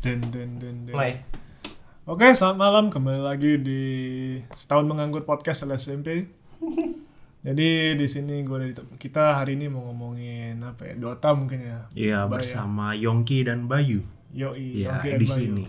Den. Mulai. Oke, selamat malam. Kembali lagi di Setahun Menganggur Podcast LSMP. Jadi di sini kita hari ini mau ngomongin apa ya? Dota mungkin ya. Iya, bersama Yongki dan Bayu. Yoi, Ya, Yongki dan di Bayu. sini.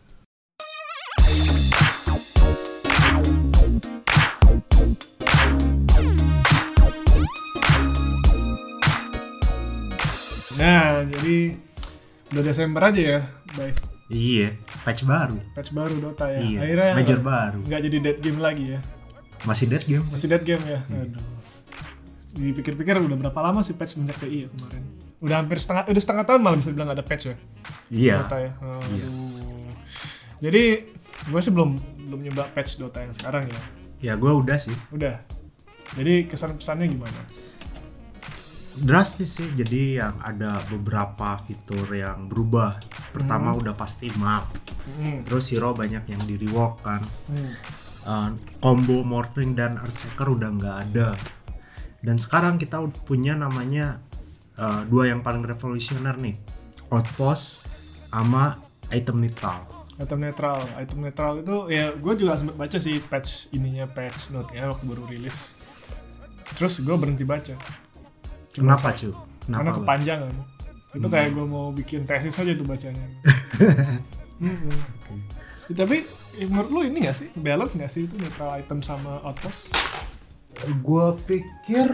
Nah, jadi udah Desember aja ya, baik. Iya, patch baru. Patch baru Dota ya. Iya, Akhirnya major baru. nggak jadi dead game lagi ya. Masih dead game. Masih dead game ya. Aduh. Dipikir-pikir udah berapa lama sih patch semenjak TI ya kemarin? Udah setengah tahun malah bisa bilang ada patch ya. Iya. Dota ya. Iya. Jadi gue sih belum nyoba patch Dota yang sekarang ya. Ya, gue udah sih. Udah. Jadi kesan-pesannya gimana? Drastis sih, jadi yang ada beberapa fitur yang berubah. Pertama udah pasti map. Terus hero banyak yang di rework kan. Combo Morphling dan Earthshaker udah nggak ada. Dan sekarang kita punya namanya dua yang paling revolusioner nih, Outpost sama Item Neutral. Item netral itu ya gue juga sempat baca sih patch note-nya waktu baru rilis. Terus gue berhenti baca. Kenapa cuy? Karena kepanjangan. Itu kayak gue mau bikin tesis aja tuh bacanya. Tapi menurut lu ini gak sih? Balance gak sih itu neutral item sama outpost? Gue pikir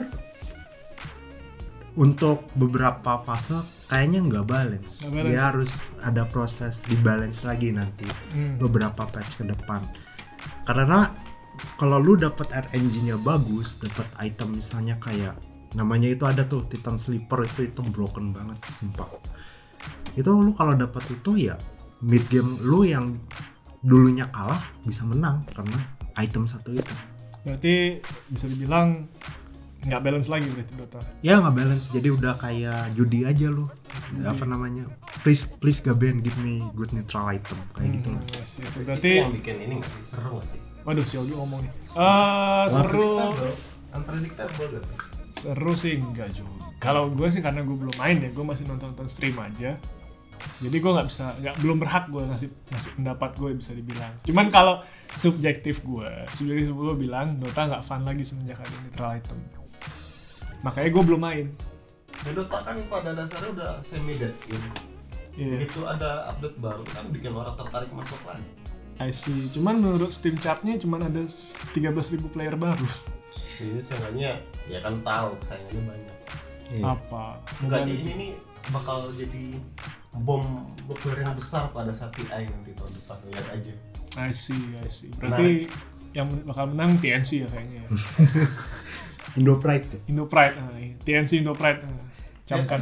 untuk beberapa fase kayaknya nggak balance. Dia harus ada proses di balance lagi nanti beberapa patch ke depan. Karena kalau lu dapat RNG-nya bagus, dapat item misalnya kayak namanya itu ada tuh Titan Sleeper, itu broken banget sumpah. Itu lu kalau dapat itu ya mid game lu yang dulunya kalah bisa menang karena item satu itu. Berarti bisa dibilang nggak balance lagi berarti Dota. Ya nggak balance, jadi udah kayak judi aja lu. Apa namanya? Please Gaben, give me good neutral item kayak gitu. Yes. Itu Berarti yang bikin ini nggak sih, seru nggak sih? waduh si Yogi ngomong nih. Seru. Unpredictable gak sih? Seru sih enggak juga. Kalau gue sih karena gue belum main ya, gue masih nonton stream aja. Jadi gue belum berhak gue ngasih pendapat gue bisa dibilang. Cuman kalau subjektif gue bilang Dota nggak fun lagi semenjak ada neutral item. Makanya gue belum main. Ya, Dota kan pada dasarnya udah semi dead game. Iya. Begitu ada update baru kan bikin orang tertarik masuk lagi. I see. Cuman menurut Steam chart-nya cuman ada 13.000 player baru. Jadi seenggaknya ya kan tahu saingannya banyak. Apa? Enggak, ini nih bakal jadi bom nuklir yang besar pada saat TI nanti tahun depan, lihat aja. I see. Berarti yang bakal menang TNC ya kayaknya ya. Indo Pride ya? Indo Pride. TNC Indo Pride. Camkan.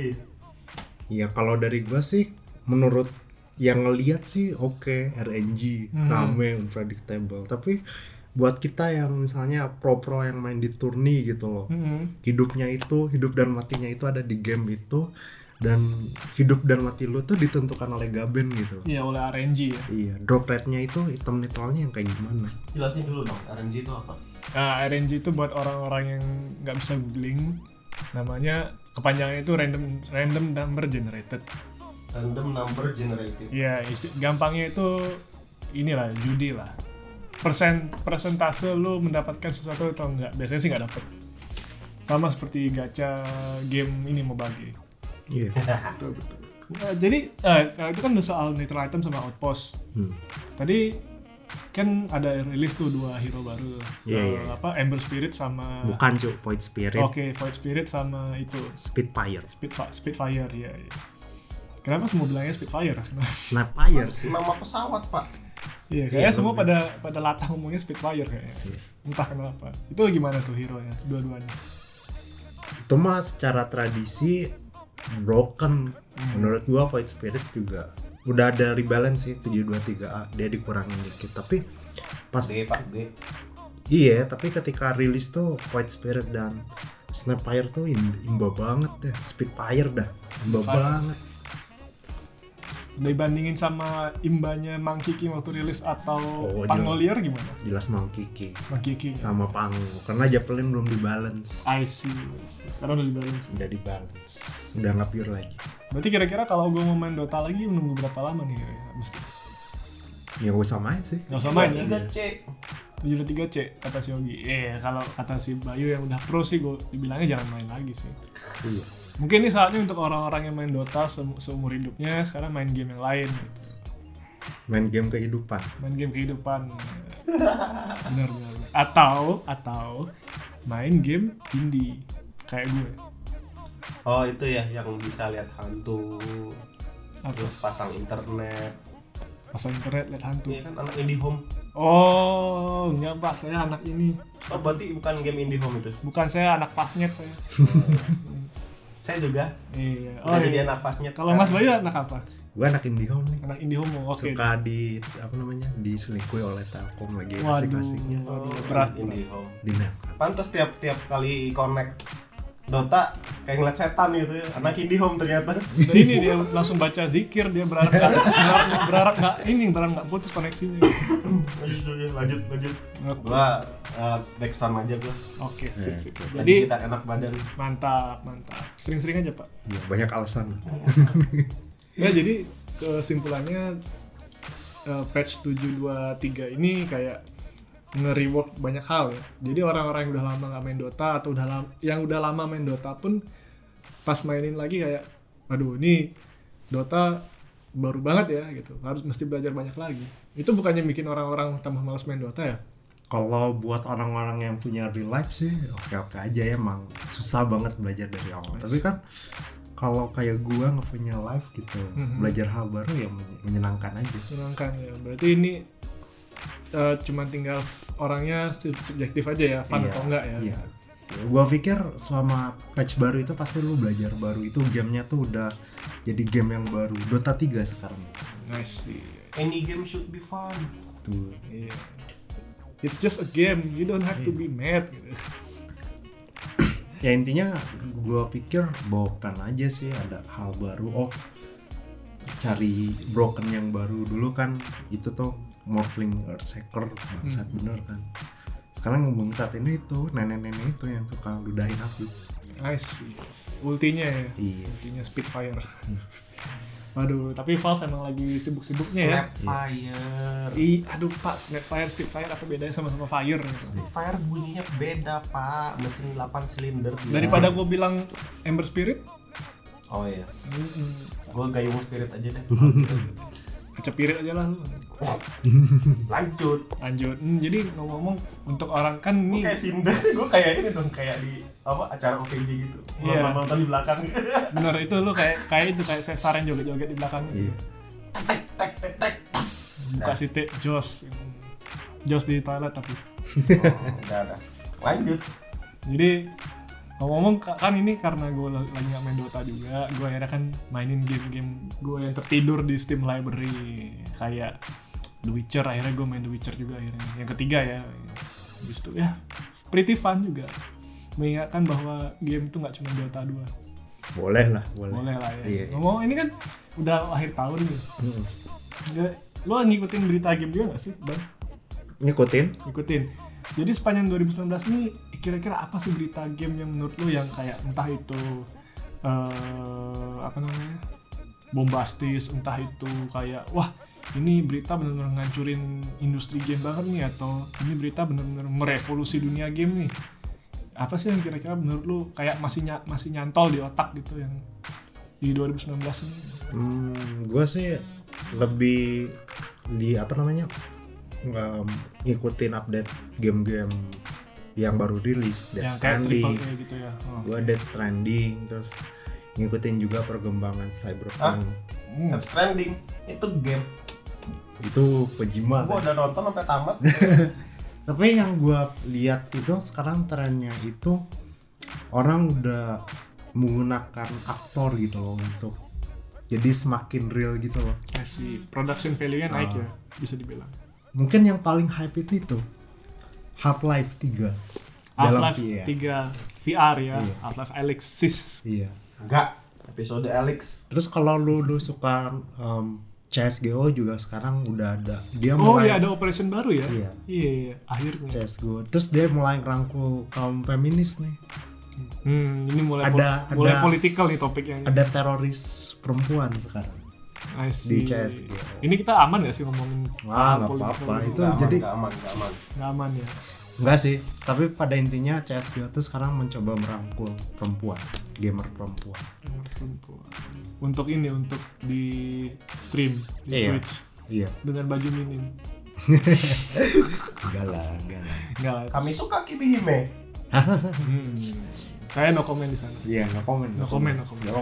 Iya, kalau dari gua sih menurut yang ngelihat sih oke, RNG rame, unpredictable. Tapi buat kita yang misalnya pro yang main di turni gitu loh, hidup dan matinya itu ada di game itu, dan hidup dan mati lu tuh ditentukan oleh Gaben gitu. Iya, oleh RNG ya. Iya, drop rate-nya itu item neutralnya yang kayak gimana? Jelasin dulu dong, RNG itu apa? Nah, RNG itu buat orang-orang yang nggak bisa googling, namanya kepanjangannya itu random number generated. Random number generated. Iya, gampangnya itu inilah judi lah. Persentase lu mendapatkan sesuatu atau enggak. Biasanya sih nggak dapet. Sama seperti gacha game ini Mobile Game. Iya. Betul. Nah, jadi itu kan udah soal neutral item sama outpost. Tadi kan ada rilis tuh 2 hero baru. Iya. Ember Spirit sama Bukan cuy, Void Spirit. Oke, Void Spirit sama itu Spitfire. Spitfire ya. Kenapa semua bilangnya Spitfire? Snapfire sih. Nama pesawat, Pak. Iya, kayaknya semua pada latah ngomongnya Spitfire kayaknya. Entah kenapa. Itu gimana tuh hero-nya, dua-duanya? Itu mah secara tradisi broken. Menurut gua Void Spirit juga udah ada rebalance sih 723A, dia dikurangin dikit. Tapi pas Iya, tapi ketika rilis tuh Void Spirit dan Snapfire tuh imba banget deh. Spitfire dah imba banget. Dibandingin sama imbanya Monkey King waktu rilis atau Pangolier gimana? Jelas Monkey King sama Pango, karena Javelin belum dibalance. I see. Sekarang udah dibalance. Udah nggak pure lagi. Berarti kira-kira kalau gue mau main Dota lagi menunggu berapa lama nih mesti? Ya gak usah main sih. Gak usah main ya? 3C 73C kata si Yogi. Kalau kata si Bayu yang udah pro sih gue dibilangnya jangan main lagi sih. Iya. Mungkin ini saatnya untuk orang-orang yang main Dota seumur hidupnya sekarang main game yang lain gitu. Main game kehidupan. Benar. Atau main game indie kayak gue. Oh itu ya yang bisa lihat hantu. Apa? Terus pasang internet lihat hantu. Iya kan anak indie home. Oh, enggak Pak, saya anak ini. Oh berarti bukan game indie home itu? Bukan, saya anak pasnet saya. Saya juga. Iya. Oh jadi anak pasnet. Kalau Mas Bayu anak apa? Gue anak indie home nih. Anak indie home, oke. Suka diselingkuhi oleh Telkom lagi asik-asiknya. Berat indie home. Dinet. Pantes tiap kali connect Dota kayak ngeliat setan gitu ya. Anak indie home ternyata. Nah, ini dia langsung baca zikir, dia berharap nggak putus koneksinya. Lanjut. Gua backsound aja gua. Oke, sip. Jadi kita enak badan. Mantap. Sering-sering aja, Pak. Ya, banyak alasan. Ya, jadi kesimpulannya patch 723 ini kayak nge-rework banyak hal ya. Jadi orang-orang yang udah lama nggak main Dota atau yang udah lama main Dota pun pas mainin lagi kayak, aduh ini Dota baru banget ya gitu. Harus mesti belajar banyak lagi. Itu bukannya bikin orang-orang tambah malas main Dota ya? Kalau buat orang-orang yang punya real life sih oke aja ya, emang susah banget belajar dari awal. Tapi kan kalau kayak gua nggak punya live gitu, belajar hal baru ya menyenangkan aja. Menyenangkan ya. Berarti ini cuma tinggal orangnya subjektif aja ya, fun atau enggak ya. Iya. Gua pikir selama patch baru itu pasti lu belajar baru. Itu gamenya tuh udah jadi game yang baru. Dota 3 sekarang. Nice sih. Any game should be fun. Tuh. Iya. It's just a game. You don't have to be mad gitu. Ya intinya gua pikir bawakan aja sih, ada hal baru. Cari broken yang baru. Dulu kan itu tuh Morphling Earthshaker bangsat bener kan. Sekarang bangsat ini itu nenek-nenek itu yang suka ludahin api. Nice. Ultinya ya. Iya. Ultinya Spitfire. Waduh, tapi Valve emang lagi sibuk-sibuknya ya. Snapfire. Aduh Pak, Snapfire, Spitfire apa bedanya sama Fire gitu? Snapfire bunyinya beda Pak, mesin 8 silinder. Daripada gue bilang Ember Spirit. Oh iya. Gue Gayung Spirit aja deh. Kecepirit aja lah lu. Lanjut. Jadi ngomong-ngomong untuk orang kan Gue nih kayak Cinder, gue kayak ini dong, kayak di acara OVJ gitu. Iya. Nonton di belakang. Bener itu lu kayak Cesar yang joget-joget di belakang. Iya. Tek tas. Buka sitik Jos di toilet tapi. Udah. Lanjut. Jadi ngomong-ngomong kan ini karena gue lagi gak main Dota juga, gue akhirnya kan mainin game-game gue yang tertidur di Steam Library kayak The Witcher. Akhirnya gue main The Witcher juga akhirnya, yang ketiga ya. Habis itu ya pretty fun juga, mengingatkan bahwa game itu gak cuma Dota 2. Boleh lah ya. Iya. Ngomong ini kan udah akhir tahun nih. Lo ngikutin berita game juga gak sih Bang? Ngikutin. Jadi sepanjang 2019 ini kira-kira apa sih berita game yang menurut lo yang kayak entah itu bombastis, entah itu kayak wah ini berita benar-benar ngancurin industri game banget nih, atau ini berita benar-benar merevolusi dunia game nih. Apa sih yang kira-kira menurut lo kayak masih nyantol di otak gitu yang di 2019 ini? Gue sih lebih di ngikutin update game-game yang baru rilis, Death Stranding gitu ya. Gue Death Stranding, terus ngikutin juga perkembangan Cyberpunk. Death Stranding itu game. Itu Kojima. Gue udah nonton sampai tamat. Tapi yang gue lihat itu sekarang trennya itu orang udah menggunakan aktor gitu loh untuk jadi semakin real gitu loh. Kasih production value-nya naik ya, bisa dibilang. Mungkin yang paling hype itu Half-Life 3 Half-Life 3 VR ya, iya. Half-Life Alyx. Iya. Enggak, Episode Alex. Terus kalau lu suka CSGO juga sekarang udah ada. Dia Oh mulai iya, ada operation baru ya? Iya. Iya, akhirnya. CSGO. Terus dia mulai ngerangkul kaum feminis nih. Ini mulai Ada- mulai ada- politikal nih topiknya. Ada teroris perempuan sekarang I see. di CSGO. Ini kita aman gak sih ngomongin? Wah, nggak politikal apa-apa. gitu? Itu Nggak jadi aman. Nggak aman ya. enggak sih. Tapi pada intinya CSGO tuh sekarang mencoba merangkul perempuan, gamer perempuan. Untuk di stream di Iya. Twitch Iya. dengan baju minim. Enggak lah. Enggak lah. Kami suka Kibihime. Saya no comment di sana. Iya, no comment. No comment.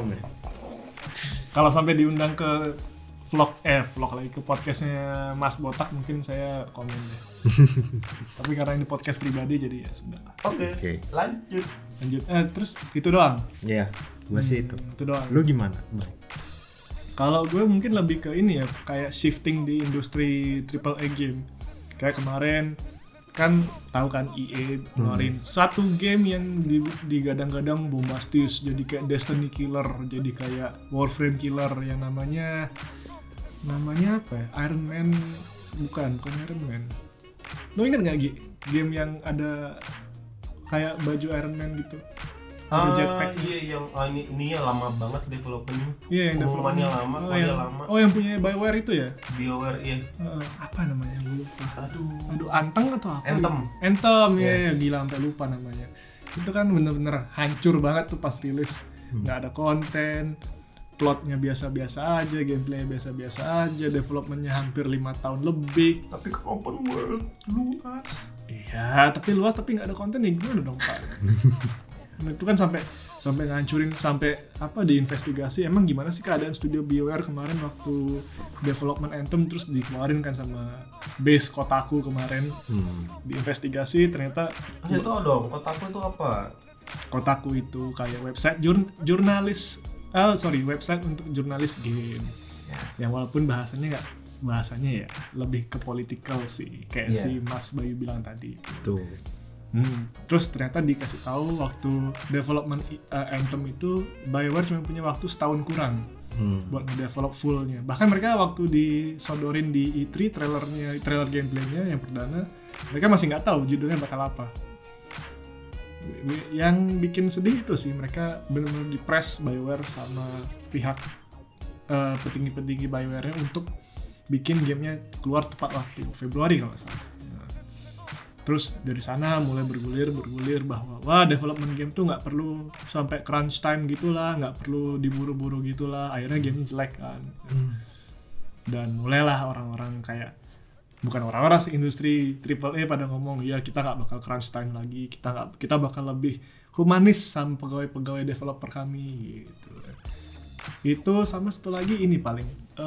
Kalau sampai diundang ke vlog lagi ke podcastnya Mas Botak mungkin saya komen deh. Tapi karena ini podcast pribadi jadi ya sudah. Oke. Lanjut. Terus itu doang. Iya, gua sih itu. Itu doang. Lu gimana? Bang? Kalau gue mungkin lebih ke ini ya, kayak shifting di industri AAA game. Kayak kemarin kan tahu kan EA ngeluarin satu game yang digadang-gadang bombastis, jadi kayak Destiny Killer, jadi kayak Warframe Killer yang namanya apa ya? Iron Man, bukan Iron Man. Lo ingat nggak Gi? Game yang ada kayak baju Iron Man gitu. Ada jetpack. Iya yang ini ya lama banget developmentnya. Iya yang Pengumumannya development. lama, Oh, kodenya yang, lama. oh yang punya BioWare itu ya? BioWare iya. Apa namanya? Gue lupa. Aduh. Anteng atau apa? Anthem. Ya, gila sampai lupa namanya. Itu kan bener-bener hancur banget tuh pas rilis. Nggak ada konten, plotnya biasa-biasa aja, gameplaynya biasa-biasa aja, developmentnya hampir 5 tahun lebih. Tapi ke open world luas. Iya, tapi luas tapi nggak ada konten ya gimana dong Pak? Nah, itu kan sampai ngancurin, sampai apa diinvestigasi emang gimana sih keadaan studio BioWare kemarin waktu development Anthem, terus dikeluarin kan sama base Kotaku kemarin. Diinvestigasi ternyata Itu dong, Kotaku itu apa? Kotaku itu kayak website website untuk jurnalis game. Yang walaupun bahasanya ya lebih ke political sih, kayak si Mas Bayu bilang tadi. Tuh. Terus ternyata dikasih tahu waktu development Anthem itu BioWare cuma punya waktu setahun kurang buat nge-develop fullnya. Bahkan mereka waktu disodorin di E3 trailer gameplaynya yang perdana, mereka masih nggak tahu judulnya bakal apa. Yang bikin sedih itu sih, mereka benar-benar di-press BioWare sama pihak petinggi-petinggi BioWare-nya untuk bikin gamenya keluar tepat waktu, Februari kalau nggak salah. Terus dari sana mulai bergulir bahwa wah development game tuh nggak perlu sampai crunch time gitulah, nggak perlu diburu-buru gitulah, akhirnya gamenya jelek kan. Dan mulailah orang-orang kayak, bukan orang-orang sih, industri AAA pada ngomong ya kita nggak bakal crunch time lagi, kita bakal lebih humanis sama pegawai developer kami gitu. Itu sama satu lagi ini paling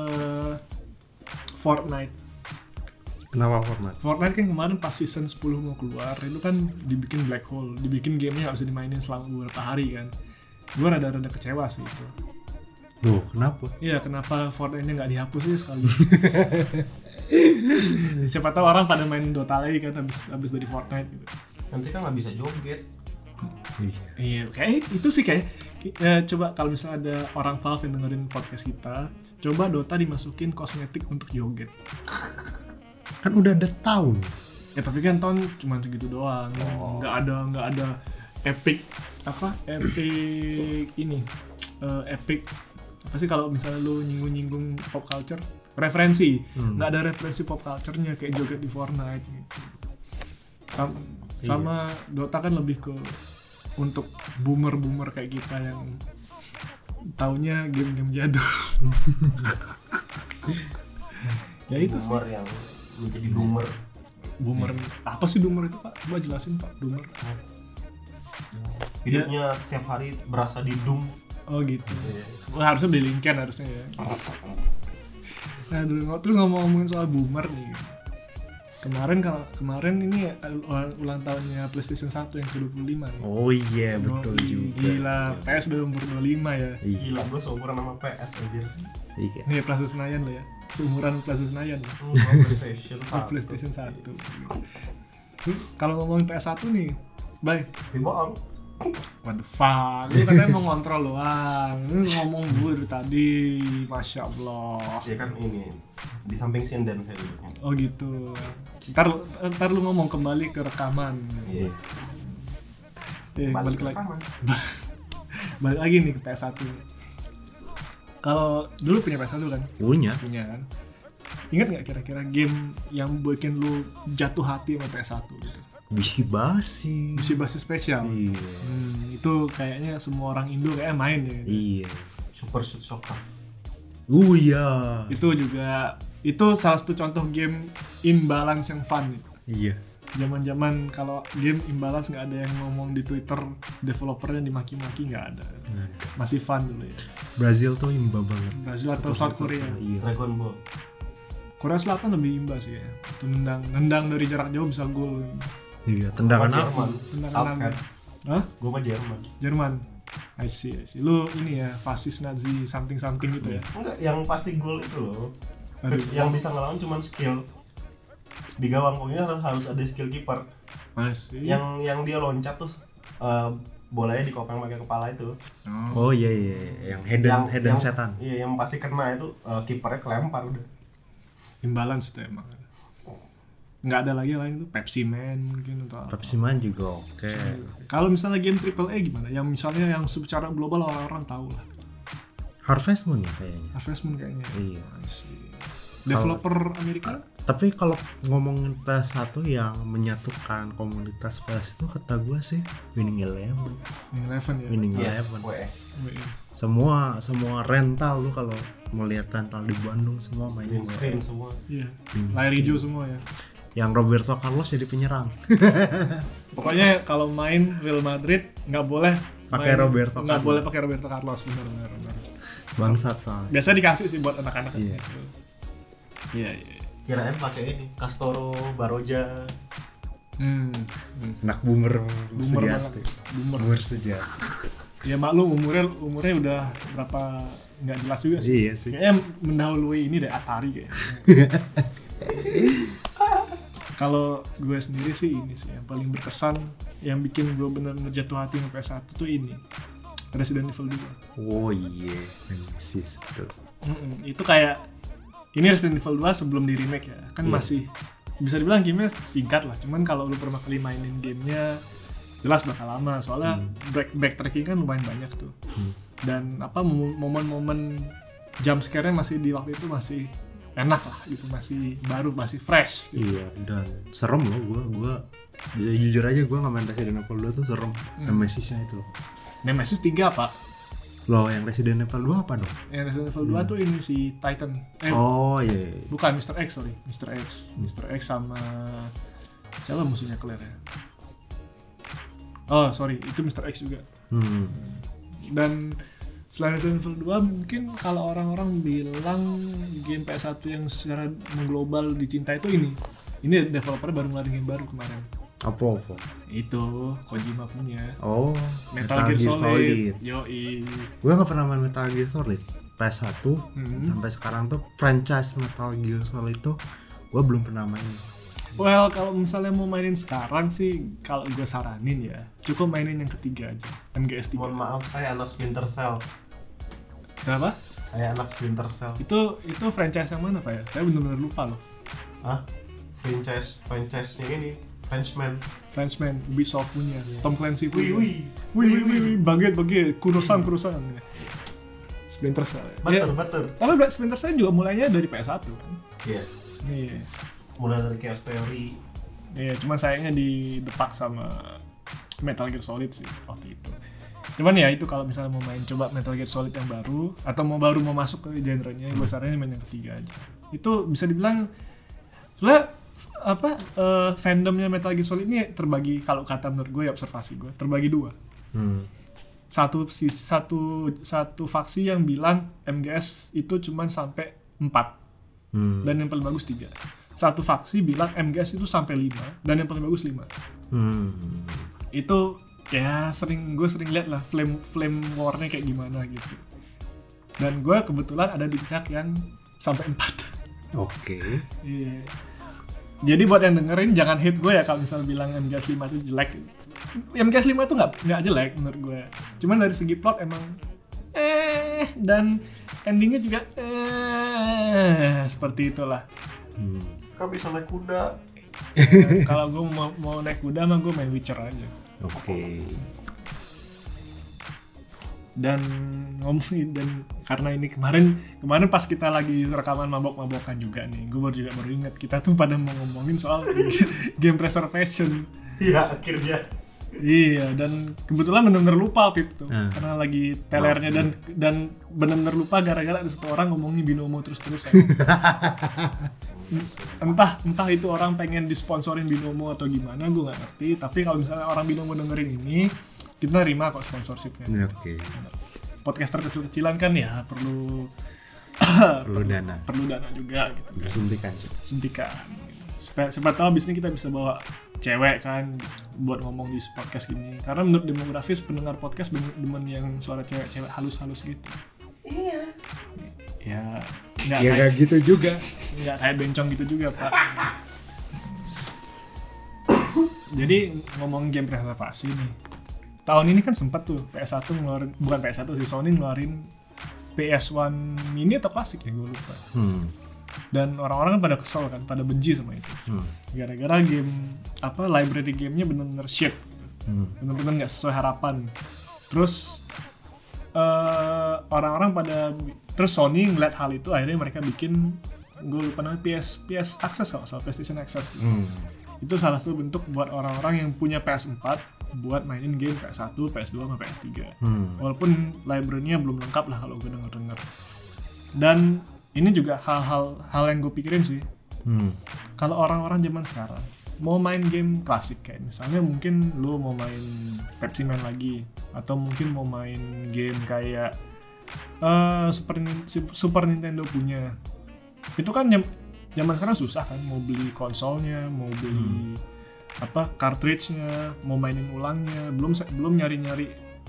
Fortnite. Kenapa Fortnite? Fortnite kan kemarin pas season 10 mau keluar, itu kan dibikin black hole, dibikin gamenya gak bisa dimainin selama beberapa hari kan. Gue rada-rada kecewa sih itu. Duh, kenapa? Iya, kenapa Fortnite-nya gak dihapus sih sekali. Siapa tahu orang pada main Dota lagi kan habis dari Fortnite gitu. Nanti kan nggak bisa joget. Iya, kayak itu sih kayak coba kalau misalnya ada orang Valve yang dengerin podcast kita, coba Dota dimasukin kosmetik untuk joget. Kan udah ada tahun. Ya tapi kan tahun cuma segitu doang. Nggak ada epic ini epic apa sih kalau misalnya lu nyinggung pop culture referensi, nggak ada referensi pop culture-nya kayak joget di Fortnite gitu. Sama Dota kan lebih ke untuk boomer kayak kita yang taunya game-game jadul. Ya itu sih. Boomer yang menjadi boomer. Apa sih boomer itu Pak? Coba jelasin Pak, boomer. Hidupnya setiap hari berasa di doom. Oh gitu. Wah, harusnya beli linkan harusnya ya. Nah, terus ngomongin soal boomer nih. Kemarin ini ulang tahunnya PlayStation 1 yang ke-25 nih. Oh iya, betul juga. Gila, PS udah umur 25 ya. Gila, gue seumuran sama PS anjir. Iya. Nih Plaza Senayan lo ya. Seumuran Plaza Senayan. PlayStation 1. PlayStation 1. Terus kalau ngomongin PS1 nih, Bay. Bohong. What the fuck? Lu katanya mau ngontrol doang. Lu ngomong dulu dari tadi. Masya Allah. Ya kan ini di samping sinden saya duduknya. Oh gitu. Ntar lu ngomong kembali ke rekaman. Iya. Balik lagi. Balik lagi nih ke PS1. Kalau dulu punya PS1 kan? Punya kan? Ingat nggak kira-kira game yang bikin lu jatuh hati sama PS1 gitu? Bisi basi spesial. Iya. Itu kayaknya semua orang Indo kayaknya main ya. Iya. Super Shoot Soccer. Iya. Itu salah satu contoh game imbalance yang fun gitu. Iya. Zaman-zaman kalau game imbalance nggak ada yang ngomong di Twitter developernya dimaki-maki, nggak ada. Masih fun dulu ya. Brazil tuh imba banget. Brazil atau South Korea. Iya. Dragon Ball. Korea Selatan lebih imba sih ya. Itu nendang dari jarak jauh bisa gol. Iya, tendangan apa? Tendangan. Hah? Gue mah Jerman. I see. Lu ini ya, fasis Nazi something gitu ya. Enggak, yang pasti gol itu loh. Aduh. Yang bisa ngelawan cuma skill. Di gawang pokoknya harus ada skill kiper. Masih. Yang dia loncat tuh bolanya dikopeng pakai kepala itu. Oh iya, yang hidden setan. Iya, yang pasti kena itu kipernya kelempar udah. Imbalance itu emang. Nggak ada lagi lain tuh Pepsi Man mungkin atau apa. Pepsi Man juga oke. Kalau misalnya game AAA gimana? Yang misalnya yang secara global orang-orang tahu lah. Harvest Moon ya kayaknya. Harvest Moon kayaknya. Iya. Developer Amerika? Tapi kalau ngomongin PS1 yang menyatukan komunitas PS itu kata gue sih Winning Eleven ya. Winning Eleven. Semua rental lu kalau melihat rental di Bandung semua mainin screen semua. Iya. Layar hijau semua ya. Yang Roberto Carlos jadi penyerang. Pokoknya kalau main Real Madrid nggak boleh pakai Roberto Carlos. Nggak boleh pakai Roberto Carlos, benar. Bangsat soalnya. Biasa dikasih sih buat anak-anak. Iya. Kirain pakai ini Castoro Baroja. Anak boomer sejati. Boomer sejati. Ya maklum umurnya udah berapa nggak jelas juga sih. Iya sih. Kayaknya mendahului ini deh Atari kayaknya. Kalau gue sendiri sih ini sih yang paling berkesan, yang bikin gue bener-bener jatuh hati sama PS1 tuh ini Resident Evil 2. Oh iya, Nemesis betul. Itu kayak ini Resident Evil 2 sebelum di remake ya, kan masih bisa dibilang gamenya singkat lah. Cuman kalau lu pertama kali mainin gamenya jelas bakal lama, soalnya backtracking kan lumayan banyak tuh. Dan momen-momen jump scare-nya masih di waktu itu masih enak lah gitu, masih baru, masih fresh gitu. Iya, dan serem loh gue jujur aja gue nggak main Resident Evil 2 tuh serem. Nemesisnya itu loh. Nemesis 3 pak. Loh yang Resident Evil 2 apa dong? Yang Resident Evil 2 tuh ini si Titan. Oh iya. Bukan Mr. X sama siapa musuhnya Claire ya? Oh sorry, itu Mr. X juga. Dan selain Resident Evil 2 mungkin kalau orang-orang bilang game PS1 yang secara mengglobal dicintai itu ini developer baru ngeluarin game baru kemarin. Apa? Itu Kojima punya. Oh, Metal Gear Solid. Yoi. Gue gak pernah main Metal Gear Solid PS1 sampai sekarang tuh franchise Metal Gear Solid itu gue belum pernah main. Well, kalau misalnya mau mainin sekarang sih, kalau gue saranin ya cukup mainin yang ketiga aja, MGS 3. Mohon maaf, saya anak Splinter Cell. Kenapa? Saya anak Splinter Cell. Itu franchise yang mana pak ya? Saya benar-benar lupa loh. Hah? Franchise-nya ini Frenchman, Ubisoft punya, Tom Clancy punya. Wih, baget, kurusan. Splinter Cell. Betul. Tapi Splinter Cell juga mulainya dari PS1 kan? Iya. Mulai dari Chaos Theory. Iya, cuman sayangnya didepak sama Metal Gear Solid sih waktu itu. Cuman ya itu kalau misalnya mau main coba Metal Gear Solid yang baru atau mau masuk ke genrenya, gue saranin main yang ketiga aja. Itu bisa dibilang soalnya fandomnya Metal Gear Solid ini terbagi, kalau kata menurut gue ya, observasi gue terbagi dua. Satu faksi yang bilang MGS itu cuman sampai 4 dan yang paling bagus 3. Satu faksi bilang MGS itu sampai 5 dan yang paling bagus 5. Itu ya gue sering lihat lah flame war-nya kayak gimana gitu. Dan gue kebetulan ada di pihak yang sampai 4. Oke. Iya. Jadi buat yang dengerin jangan hate gue ya kalau misalnya bilang MGS 5 itu jelek. MGS5 itu nggak jelek menurut gue. Cuman dari segi plot emang dan endingnya juga seperti itulah. Kau bisa naik kuda. Kalau gue mau naik kuda mah gue main Witcher aja. Oke. Dan ngomongin, dan karena ini kemarin pas kita lagi rekaman mabok-mabokan juga nih, gue baru ingat kita tuh pada mau ngomongin soal game preservation. Iya, akhirnya. Iya, dan kebetulan benar-benar lupa waktu itu karena lagi telernya dan benar-benar lupa gara-gara ada satu orang ngomongin binomo terus-terusan. entah itu orang pengen disponsorin binomo atau gimana, gue nggak ngerti. Tapi kalau misalnya orang binomo dengerin ini, kita nerima kok sponsorshipnya. Oke. Podcaster kecil-kecilan kan ya perlu dana. Perlu dana juga gitu. Suntikan. Siapa tahu abis ini kita bisa bawa cewek kan buat ngomong di podcast gini. Karena menurut demografis pendengar podcast demen yang suara cewek-cewek halus-halus gitu. Iya. Ya nggak gitu juga. Nggak kayak bencong gitu juga, Pak. Jadi ngomong game preservasi nih. Tahun ini kan sempat tuh PS1 ngeluarin, bukan PS1 sih, Sony ngeluarin PS1 mini atau klasik ya, gue lupa. Dan orang-orang kan pada kesel kan, pada benci sama itu. Gara-gara game library gamenya bener-bener shit, bener-bener nggak sesuai harapan. Terus orang-orang terus Sony ngeliat hal itu, akhirnya mereka bikin, gue lupa namanya, PS Access kalau soal PlayStation Access. Itu salah satu bentuk buat orang-orang yang punya PS4 buat mainin game PS1, PS2, sama PS3. Walaupun library-nya belum lengkap lah kalau gue denger. Dan ini juga hal yang gue pikirin sih. Kalau orang-orang zaman sekarang mau main game klasik kayak misalnya mungkin lu mau main Pepsi Man lagi, atau mungkin mau main game kayak Super Nintendo punya, itu kan zaman sekarang susah kan, mau beli konsolnya, mau beli cartridge-nya, mau mainin ulangnya, belum nyari-nyari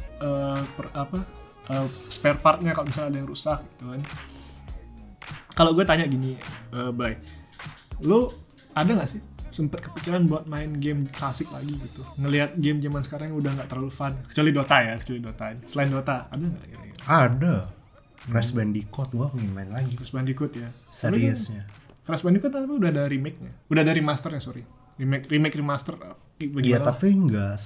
spare part-nya kalau misalnya ada yang rusak gitu kan. Kalau gue tanya gini, Bay, lu ada nggak sih sempet kepikiran buat main game klasik lagi gitu? Ngelihat game zaman sekarang yang udah nggak terlalu fun, kecuali Dota. Selain Dota, ada nggak kira-kira? Ada. Crash Bandicoot gue pengen main lagi. Crash Bandicoot ya. Seriusnya. Crash Bandicoot tapi udah ada remake-nya, udah ada remasternya, sorry. Remake remaster. Iya, tapi nggak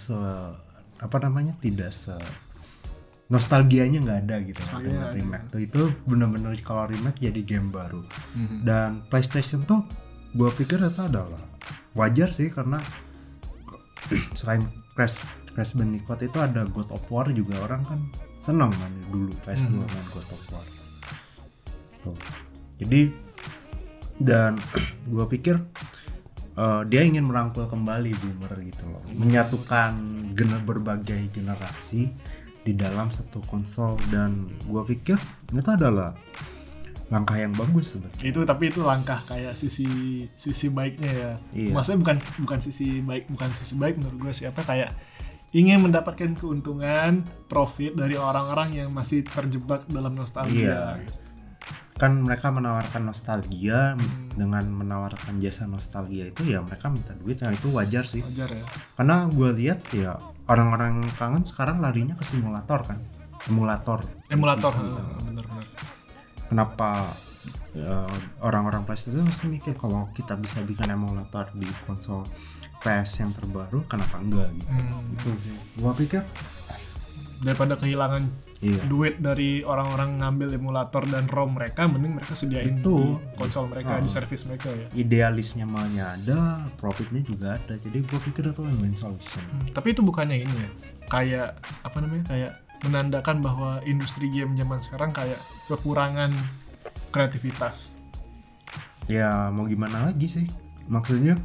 tidak se nostalgianya nggak ada gitu dengan remake tuh. Itu benar-benar kalau remake jadi game baru. Dan PlayStation tuh gue pikir itu adalah wajar sih, karena selain Crash Bandicoot itu ada God of War juga, orang kan senang kan dulu PS2 main God of War tuh. Jadi dan gue pikir dia ingin merangkul kembali boomer gitu loh, menyatukan berbagai generasi di dalam satu konsol, dan gue pikir itu adalah langkah yang bagus sebenarnya. Tapi itu langkah kayak sisi baiknya ya. Iya. Maksudnya bukan sisi baik menurut gue sih, kayak ingin mendapatkan keuntungan profit dari orang-orang yang masih terjebak dalam nostalgia. Iya. Kan mereka menawarkan nostalgia, dengan menawarkan jasa nostalgia itu ya mereka minta duit, yang itu wajar sih. Wajar ya. Karena gue lihat ya orang-orang kangen sekarang larinya ke simulator kan, emulator. Bener. Kenapa orang-orang PlayStation mesti mikir kalau kita bisa bikin emulator di konsol PS yang terbaru, kenapa enggak gitu. Itu sih gue pikir, daripada kehilangan duit dari orang-orang ngambil emulator dan ROM mereka, mending mereka sediain itu di konsol mereka, di service mereka ya. Idealisnya malnya ada, profitnya juga ada, jadi gue pikir itu win-win solution. Tapi itu bukannya ini ya, kayak kayak menandakan bahwa industri game zaman sekarang kayak kekurangan kreativitas. Ya mau gimana lagi sih, maksudnya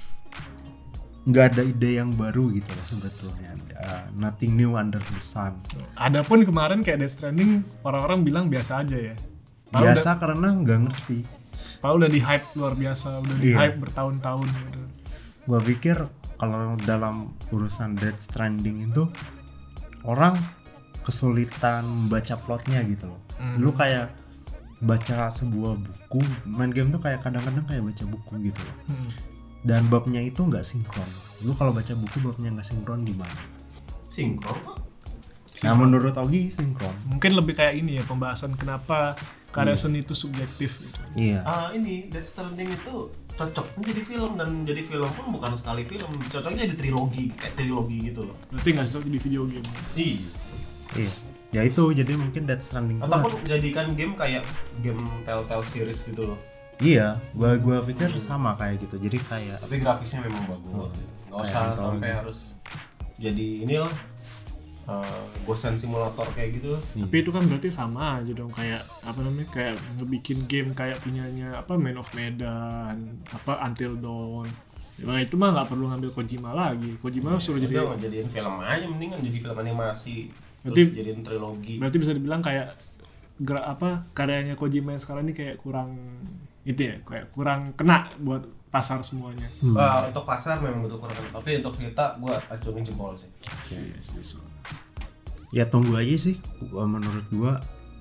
nggak ada ide yang baru gitu loh sebetulnya. Nothing new under the sun. Adapun kemarin kayak Death Stranding, orang-orang bilang biasa aja ya. Biasa karena nggak ngerti. Udah di hype luar biasa, udah di hype bertahun-tahun gitu. Gua pikir kalau dalam urusan Death Stranding itu orang kesulitan membaca plotnya gitu loh. Lu kayak baca sebuah buku, main game tuh kayak kadang-kadang kayak baca buku gitu loh. Dan babnya itu nggak sinkron. Lu kalau baca buku babnya nggak sinkron gimana? Sinkron kok. Nah menurut Ogi sinkron. Mungkin lebih kayak ini ya, pembahasan kenapa karya seni itu subjektif gitu. Iya. Ini Death Stranding itu cocok menjadi film, dan jadi film pun bukan sekali film, cocoknya jadi trilogi, kayak trilogi gitu loh. Berarti nggak cocok di video game. Iya. Ya itu jadi mungkin Death Stranding ataupun jadikan game kayak game Telltale series gitu loh. Iya, gua pikir sama kayak gitu. Jadi kayak tapi grafisnya memang bagus. Nggak usah sampai harus jadi ini loh. Ghost Simulator kayak gitu. Tapi itu kan berarti sama aja dong, kayak apa namanya, kayak ngebikin game kayak punyanya apa Man of Medan, apa Until Dawn. Ya itu mah nggak perlu ngambil Kojima lagi. Kojima suruh jadi jadiin film aja, mendingan jadi film animasi. Berarti terus jadiin trilogi. Berarti bisa dibilang kayak karyanya Kojima yang sekarang ini kayak kurang itu ya, kayak kurang kena buat pasar semuanya. Untuk pasar memang betul kurang kena, tapi untuk kita gue acungin jempol sih. Ya tunggu aja sih. Menurut gua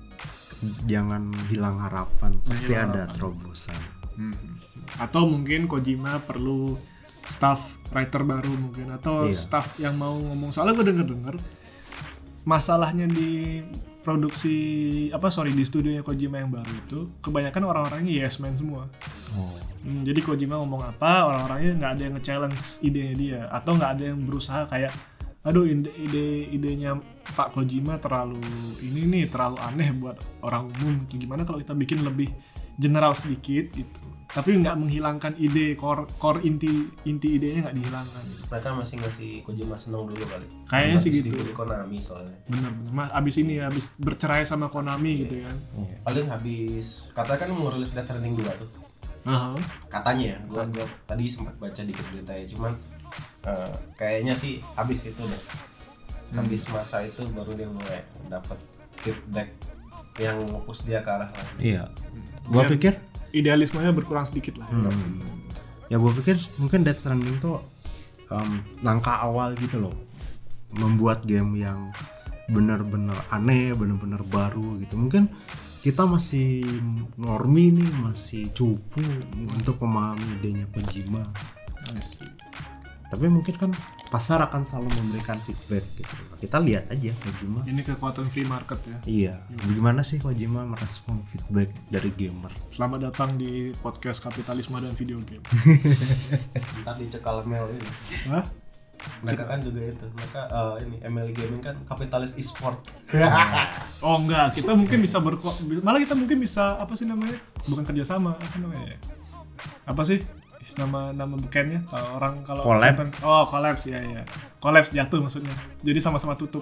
jangan hilang harapan. Pasti ada terobosan. Atau mungkin Kojima perlu staff writer baru mungkin, atau staff yang mau ngomong. Soalnya gue denger masalahnya di produksi di studionya Kojima yang baru itu kebanyakan orang-orangnya yes man semua. Jadi Kojima ngomong apa, orang-orangnya nggak ada yang nge-challenge idenya dia, atau nggak ada yang berusaha kayak aduh idenya Pak Kojima terlalu aneh buat orang umum gitu. Gimana kalau kita bikin lebih general sedikit gitu, tapi nggak menghilangkan ide core inti idenya nggak dihilangkan gitu. Mereka masih ngasih Kojima seneng dulu kali. Kayaknya sih gitu. Di Konami soalnya. Bener. Abis bercerai sama Konami gitu kan. Paling habis katanya kan mau rilis Death Stranding 2 tuh. Katanya ya, gua tadi sempat baca dikit beritanya, cuman kayaknya sih habis itu deh. Habis masa itu baru dia mulai dapat feedback yang fokus dia ke arah lain. Iya. Gua pikir idealismenya berkurang sedikit lah. Ya gua pikir mungkin Death Stranding tuh langkah awal gitu loh, membuat game yang benar-benar aneh, benar-benar baru gitu. Mungkin kita masih normi nih, masih cupu untuk memahami idenya Kojima. Tapi mungkin kan pasar akan selalu memberikan feedback gitu. Kita lihat aja Kojima. Ini kekuatan free market ya. Iya. Gimana sih Kojima merespon feedback dari gamer? Selamat datang di podcast Kapitalisme dan Video Game. Ntar dicekal ML ini. Hah? Mereka kan juga itu. Mereka ini ML Gaming kan kapitalis e-sport. Oh enggak, kita mungkin bisa malah kita mungkin bisa apa sih namanya? Bukan kerjasama, apa namanya? Apa sih? Nama bukannya orang kalau collapse ya. Collapse jatuh maksudnya. Jadi sama-sama tutup.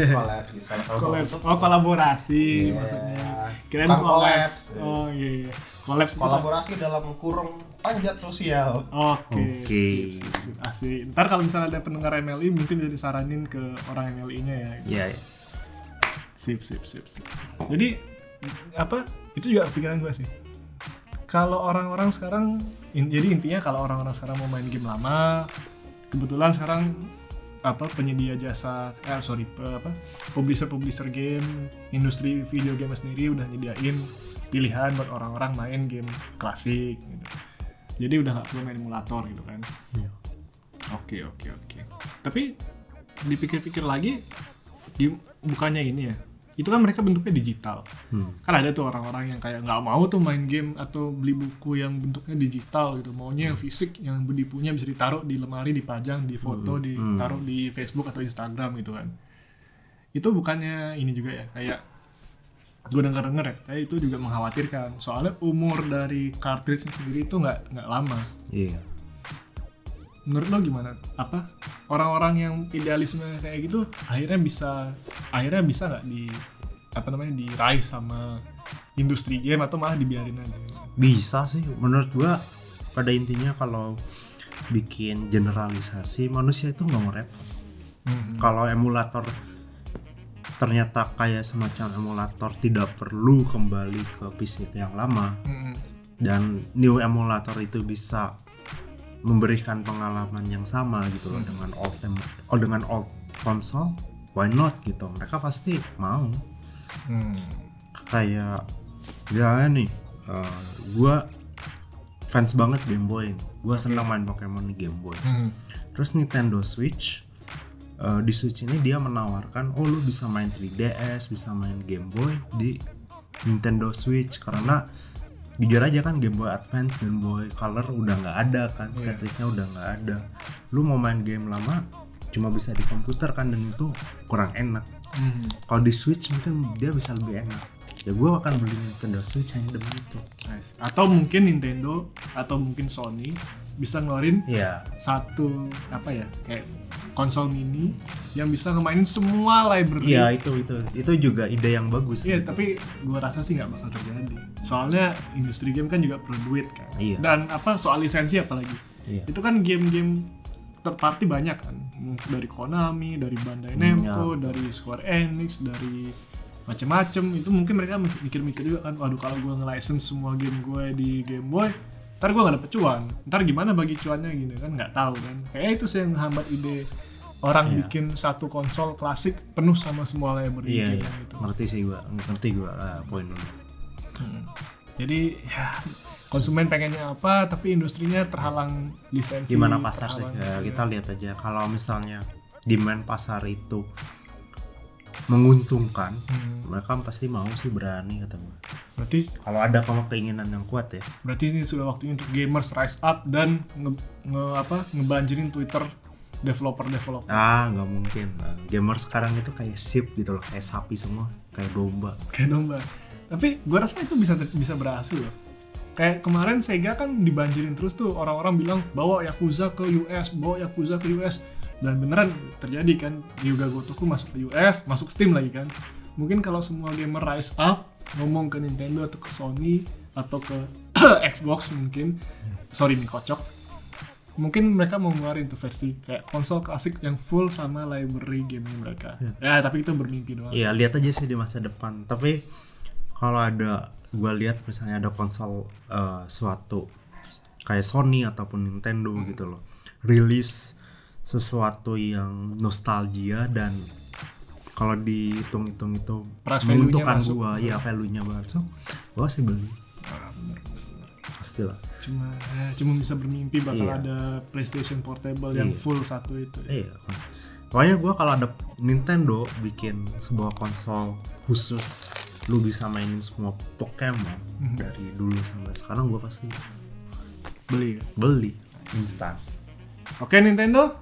Kolaborasi maksudnya. Kirain collapse. Oh iya. Kolaborasi dalam kurung panjat sosial. Oke. Asik. Ntar kalau misalnya ada pendengar MLI mungkin bisa disaranin ke orang MLI-nya ya. Iya. Sip. Jadi itu juga pikiran gue sih. Kalau orang-orang sekarang, jadi intinya kalau orang-orang sekarang mau main game lama, kebetulan sekarang penyedia jasa, publisher game, industri video game sendiri udah nyediain pilihan buat orang-orang main game klasik gitu. Jadi udah nggak perlu main emulator gitu kan. Oke. Tapi dipikir-pikir lagi, bukannya ini ya? Itu kan mereka bentuknya digital. Kan ada tuh orang-orang yang kayak nggak mau tuh main game atau beli buku yang bentuknya digital gitu, maunya yang fisik, yang bukunya bisa ditaruh di lemari, dipajang, di foto, ditaruh di Facebook atau Instagram gitu kan. Itu bukannya ini juga ya, kayak gue denger ya, kayak itu juga mengkhawatirkan soalnya umur dari cartridge sendiri itu nggak lama. Iya. Menurut lo gimana? Orang-orang yang idealisme kayak gitu akhirnya bisa nggak diraih sama industri game atau malah dibiarin aja? Bisa sih, menurut gua pada intinya kalau bikin generalisasi manusia itu nggak mau repot. Kalau emulator ternyata kayak semacam emulator tidak perlu kembali ke PC yang lama, dan new emulator itu bisa memberikan pengalaman yang sama gitu loh dengan old console, why not gitu, mereka pasti mau. Kayak ya nih, gue fans banget Game Boy. Gue senang main Pokemon di Game Boy. Terus Nintendo Switch, di Switch ini dia menawarkan, lu bisa main 3DS, bisa main Game Boy di Nintendo Switch. Karena jujur aja kan Game Boy Advance, Game Boy Color udah nggak ada kan, cartridge-nya udah nggak ada. Lu mau main game lama cuma bisa di komputer kan, dan itu kurang enak. Kalau di Switch mungkin dia bisa lebih enak. Ya gue akan beli Nintendo Switch hanya demi itu. Atau mungkin Nintendo atau mungkin Sony bisa ngeluarin satu kayak konsol mini yang bisa ngemainin semua library. Iya, itu juga ide yang bagus. Iya, tapi gue rasa sih nggak bakal terjadi. Soalnya industri game kan juga perlu duit kan. Iya. Dan soal lisensi apalagi. Iya. Itu kan game-game third party banyak kan. Dari Konami, dari Bandai Namco, dari Square Enix, dari macam-macam. Itu mungkin mereka mikir-mikir juga kan, waduh kalau gue nge-license semua game gue di Game Boy, ntar gue gak dapet cuan, ntar gimana bagi cuannya gitu kan, nggak tahu kan. Kayak itu sih yang menghambat ide orang bikin satu konsol klasik penuh sama semua library game gitu. Ngerti gue poin lu. Jadi ya konsumen pengennya apa, tapi industrinya terhalang lisensi. Gimana pasar sih? Ya, kita lihat aja. Kalau misalnya demand pasar itu menguntungkan, mereka pasti mau sih, berani kata gue. Berarti kalau ada keinginan yang kuat ya. Berarti ini sudah waktunya untuk gamers rise up dan ngebanjirin Twitter developer. Nggak mungkin. Gamers sekarang itu kayak sheep gitu loh, kayak sapi semua, kayak domba. Tapi gue rasa itu bisa berhasil loh. Kayak kemarin Sega kan dibanjirin terus tuh, orang-orang bilang bawa Yakuza ke US, dan beneran terjadi kan. Ryuga Gotoku masuk ke US, masuk Steam lagi kan. Mungkin kalau semua gamer rise up ngomong ke Nintendo atau ke Sony atau ke Xbox mungkin, sorry nih kocok, mungkin mereka mau ngeluarin tuh versi kayak konsol klasik yang full sama library game mereka. Ya tapi itu bermimpi doang. Iya, lihat aja sih di masa depan. Tapi kalau gue lihat misalnya ada konsol suatu kayak Sony ataupun Nintendo gitu loh, rilis sesuatu yang nostalgia dan kalau dihitung-hitung itu menguntungkan gua, value-nya masuk, gua sih beli. Pastilah. Cuma bisa bermimpi bakal ada PlayStation Portable yang full satu itu. Iya. Pokoknya gua kalau ada Nintendo bikin sebuah konsol khusus, lu bisa mainin semua Pokemon dari dulu sampai sekarang, gua pasti beli instan. Oke Nintendo.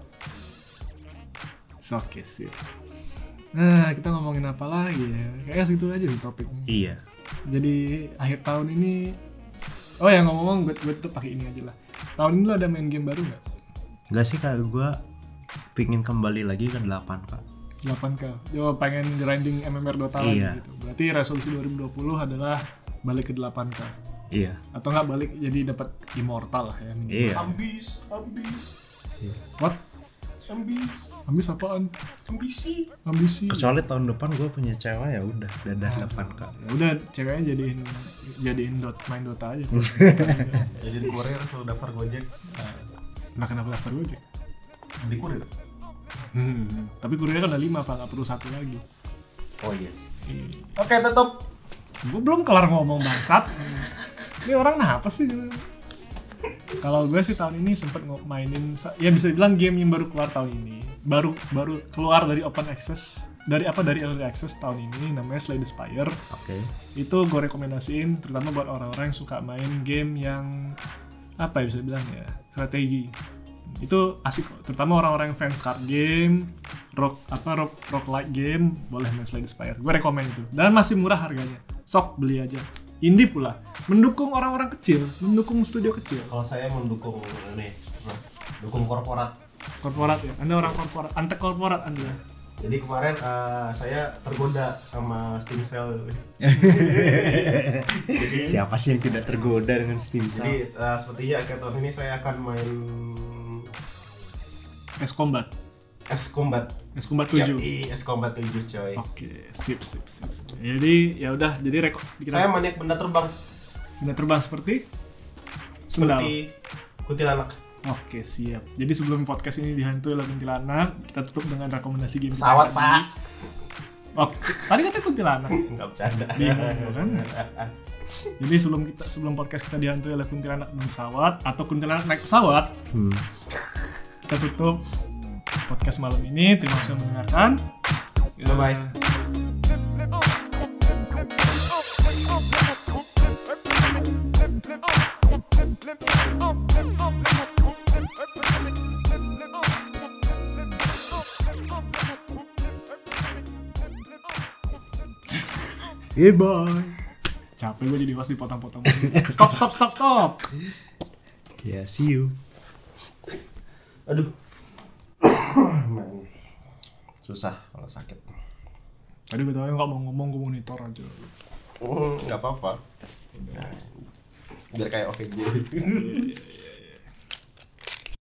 Oke sih. Nah, kita ngomongin apa lagi ya? Kayaknya segitu aja di topiknya. Iya. Jadi akhir tahun ini, ngomong-ngomong, gue tuh pakai ini aja lah. Tahun ini lo ada main game baru nggak? Nggak sih, kayak gue pingin kembali lagi ke 8K. 8K. Yo pengen grinding MMR Dota lagi gitu. Berarti resolusi 2020 adalah balik ke 8K. Iya. Atau nggak balik jadi dapat immortal lah ya. Iya. Ambis. Iya. What? Ambis apaan? Ambisi. Kecuali tahun depan gue punya cewek, ya udah 8K. Ya udah, ceweknya jadiin main Dota aja. Jadi kurir kalau daftar Gojek. Nah, kenapa daftar Gojek? Di kurir. Tapi kurirnya kan ada 5 Pak, nggak perlu 1 lagi. Oh iya. Oke, tutup. Gue belum kelar ngomong bangsat. Ini orang apa sih? Kalau gue sih tahun ini sempet mainin, ya bisa dibilang game yang baru keluar tahun ini, baru keluar dari open access, dari early access tahun ini, namanya Slay the Spire. Oke. Itu gue rekomendasiin terutama buat orang-orang yang suka main game yang bisa dibilang ya strategi. Itu asik kok, terutama orang-orang yang fans card game, roguelike game, boleh main Slay the Spire. Gue rekomend itu dan masih murah harganya. Sok beli aja. Indie pula, mendukung orang-orang kecil, mendukung studio kecil. Kalau saya mendukung dukung korporat ya. Anda orang korporat, antek korporat Anda. Jadi kemarin saya tergoda sama Steam Sale. Siapa sih yang tidak tergoda dengan Steam Sale? Jadi sepertinya akhir tahun ini saya akan main S-Combat 7. S-Combat 7 coy. Oke, sip. Jadi ya udah, jadi saya maniak benda terbang seperti sendal. Seperti kuntilanak. Oke, siap. Jadi sebelum podcast ini dihantui oleh kuntilanak, kita tutup dengan rekomendasi game pesawat, Pak. Oh, tadi katanya kuntilanak. Enggak bercanda. Bingung kan? Jadi sebelum podcast kita dihantui oleh kuntilanak di pesawat atau kuntilanak naik pesawat, kita tutup podcast malam ini. Terima kasih sudah mendengarkan. Bye. Bye. Capek gue jadi host dipotong-potong. Stop. Ya, see you. Aduh. Susah kalau sakit. Tadi gue tau nggak mau ngomong, gue monitor aja. Nggak apa-apa. Biar kayak OVJ.